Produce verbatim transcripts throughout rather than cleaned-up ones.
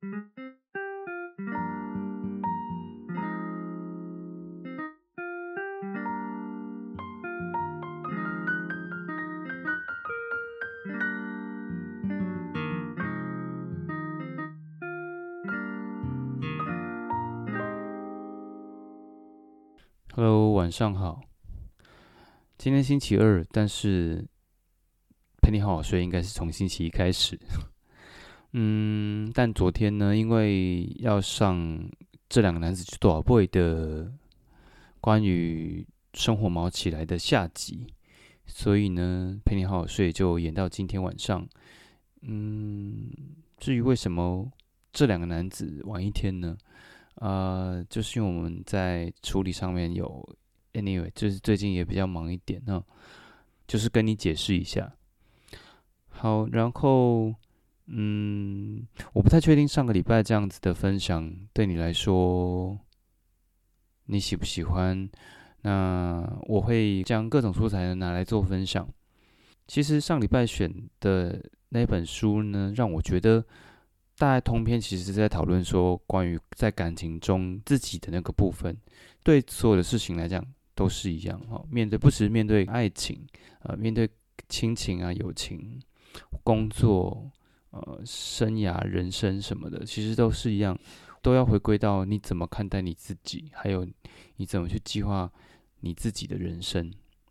Hello，晚上好。今天星期二，但是陪你好好睡应该是从星期一开始。嗯，但昨天呢，因为要上这两个男子去多少 boy 的关于生活毛起来的下集，所以呢，陪你好好睡就演到今天晚上。嗯，至于为什么这两个男子晚一天呢？呃，就是因为我们在处理上面有，anyway，就是最近也比较忙一点呢，就是跟你解释一下。好，然后，嗯，我不太确定上个礼拜这样子的分享对你来说你喜不喜欢。那我会将各种素材拿来做分享。其实上礼拜选的那本书呢，让我觉得大概通篇其实是在讨论说关于在感情中自己的那个部分，对所有的事情来讲都是一样哈。面对不只是面对爱情，呃，面对亲情啊、友情、工作、呃、生涯、人生什么的，其实都是一样，都要回归到你怎么看待你自己，还有你怎么去计划你自己的人生。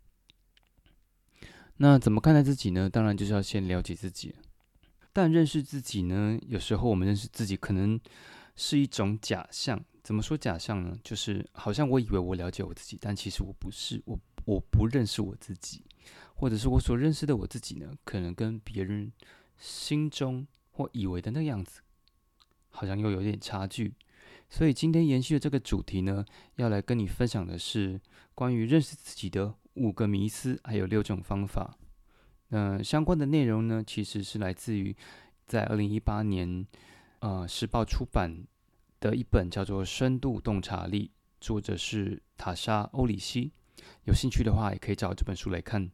那怎么看待自己呢？当然就是要先了解自己。但认识自己呢，有时候我们认识自己可能是一种假象。怎么说假象呢？就是好像我以为我了解我自己，但其实我不是，我我不认识我自己，或者是我所认识的我自己呢，可能跟别人心中或以为的那个样子，好像又有点差距。所以今天延续的这个主题呢，要来跟你分享的是关于认识自己的五个迷思，还有六种方法。那相关的内容呢，其实是来自于在二零一八年，呃，时报出版的一本叫做《深度洞察力》，作者是塔莎·欧里希。有兴趣的话，也可以找这本书来看。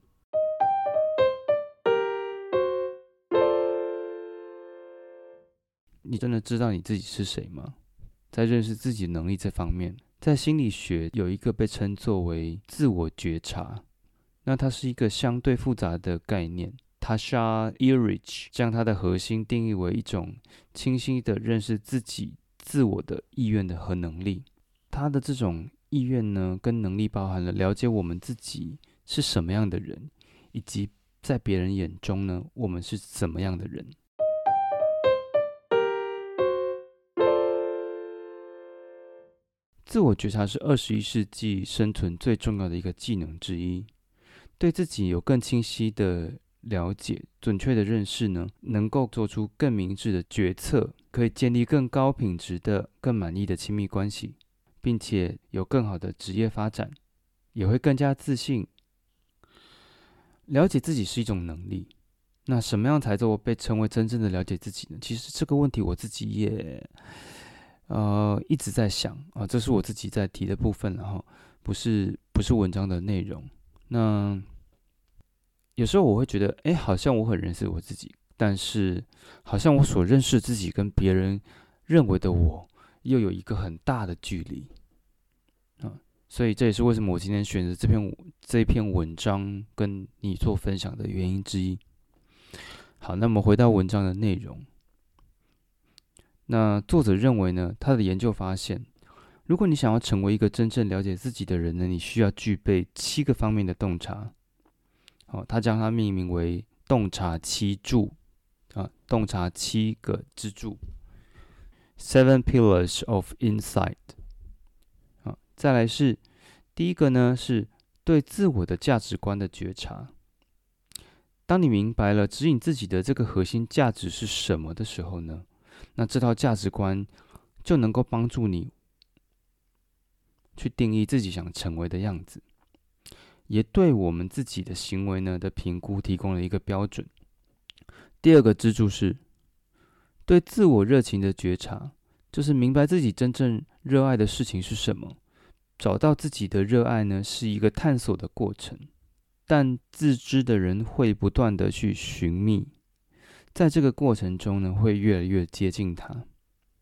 你真的知道你自己是谁吗？在认识自己能力这方面，在心理学有一个被称作为自我觉察。那它是一个相对复杂的概念。Tasha Eurich 将它的核心定义为一种清晰的认识自己、自我的意愿的和能力。它的这种意愿呢，跟能力包含了了解我们自己是什么样的人，以及在别人眼中呢，我们是怎么样的人。自我觉察是二十一世纪生存最重要的一个技能之一。对自己有更清晰的了解、准确的认识呢，能够做出更明智的决策，可以建立更高品质的、更满意的亲密关系，并且有更好的职业发展，也会更加自信。了解自己是一种能力，那什么样才做被称为真正的了解自己呢？其实这个问题我自己也呃一直在想啊、呃，这是我自己在提的部分，然后不是不是文章的内容。那有时候我会觉得，哎，好像我很认识我自己，但是好像我所认识自己跟别人认为的我又有一个很大的距离啊，所以这也是为什么我今天选择这篇这一篇文章跟你做分享的原因之一。好，那么回到文章的内容，那作者认为呢，他的研究发现，如果你想要成为一个真正了解自己的人呢，你需要具备七个方面的洞察。好，他将它命名为洞察七柱啊，洞察七个支柱 （Seven Pillars of Insight）。啊，再来是第一个呢，是对自我的价值观的觉察。当你明白了指引自己的这个核心价值是什么的时候呢，那这套价值观就能够帮助你去定义自己想成为的样子，也对我们自己的行为呢的评估提供了一个标准。第二个支柱是对自我热情的觉察，就是明白自己真正热爱的事情是什么。找到自己的热爱呢，是一个探索的过程，但自知的人会不断的去寻觅，在这个过程中呢，会越来越接近它。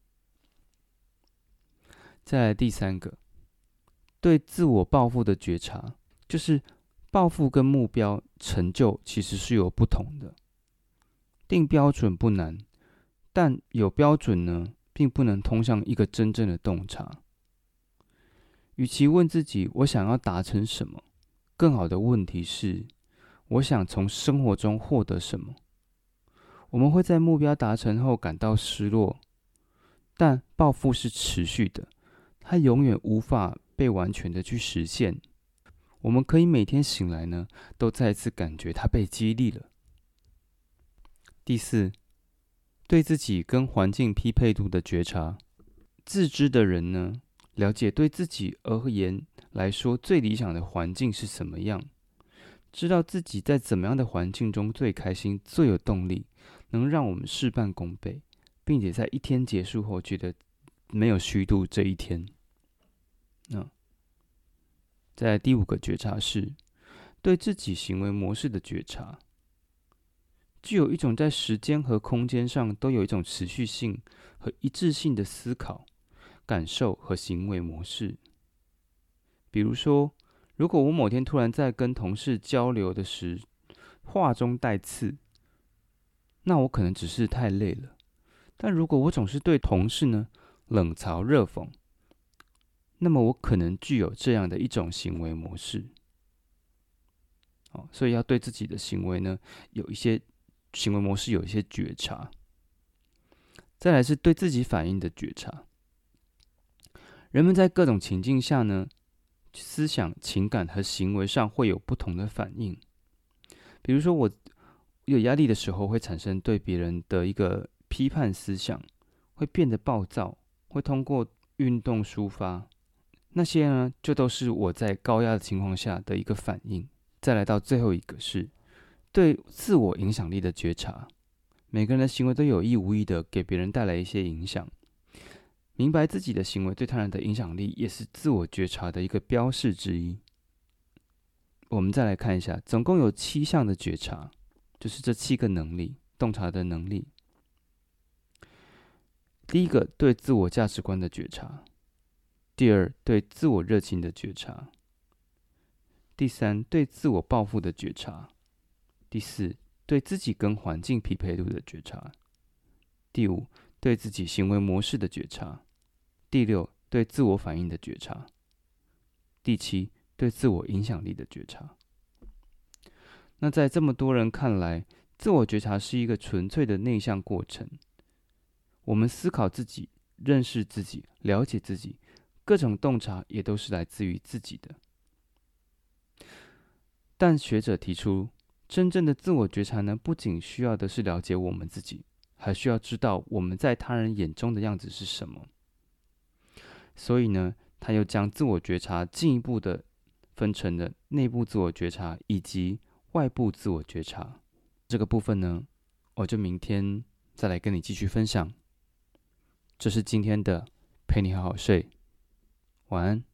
再来第三个，对自我抱负的觉察，就是抱负跟目标成就其实是有不同的。定标准不难，但有标准呢，并不能通向一个真正的洞察。与其问自己我想要达成什么，更好的问题是，我想从生活中获得什么。我们会在目标达成后感到失落，但抱负是持续的，它永远无法被完全的去实现。我们可以每天醒来呢，都再次感觉它被激励了。第四，对自己跟环境匹配度的觉察。自知的人呢，了解对自己而言来说最理想的环境是什么样，知道自己在怎么样的环境中最开心、最有动力，能让我们事半功倍，并且在一天结束后觉得没有虚度这一天。那再来第五个觉察是对自己行为模式的觉察。具有一种在时间和空间上都有一种持续性和一致性的思考、感受和行为模式。比如说，如果我某天突然在跟同事交流的时话中带刺，那我可能只是太累了。但如果我总是对同事呢冷嘲热讽，那么我可能具有这样的一种行为模式。哦，所以要对自己的行为呢有一些行为模式有一些觉察。再来是对自己反应的觉察。人们在各种情境下呢，思想、情感和行为上会有不同的反应。比如说，我有压力的时候，会产生对别人的一个批判思想，会变得暴躁，会通过运动抒发。那些呢，就都是我在高压的情况下的一个反应。再来到最后一个是对自我影响力的觉察。每个人的行为都有意无意的给别人带来一些影响。明白自己的行为对他人的影响力，也是自我觉察的一个标示之一。我们再来看一下，总共有七项的觉察，就是这七个能力，洞察的能力。第一个，对自我价值观的觉察；第二，对自我热情的觉察；第三，对自我抱负的觉察；第四，对自己跟环境匹配度的觉察；第五，对自己行为模式的觉察；第六，对自我反应的觉察；第七，对自我影响力的觉察。那在这么多人看来，自我觉察是一个纯粹的内向过程。我们思考自己、认识自己、了解自己，各种洞察也都是来自于自己的。但学者提出，真正的自我觉察呢，不仅需要的是了解我们自己，还需要知道我们在他人眼中的样子是什么。所以呢，他又将自我觉察进一步的分成了内部自我觉察以及外部自我觉察。这个部分呢，我就明天再来跟你继续分享。这是今天的陪你好好睡，晚安。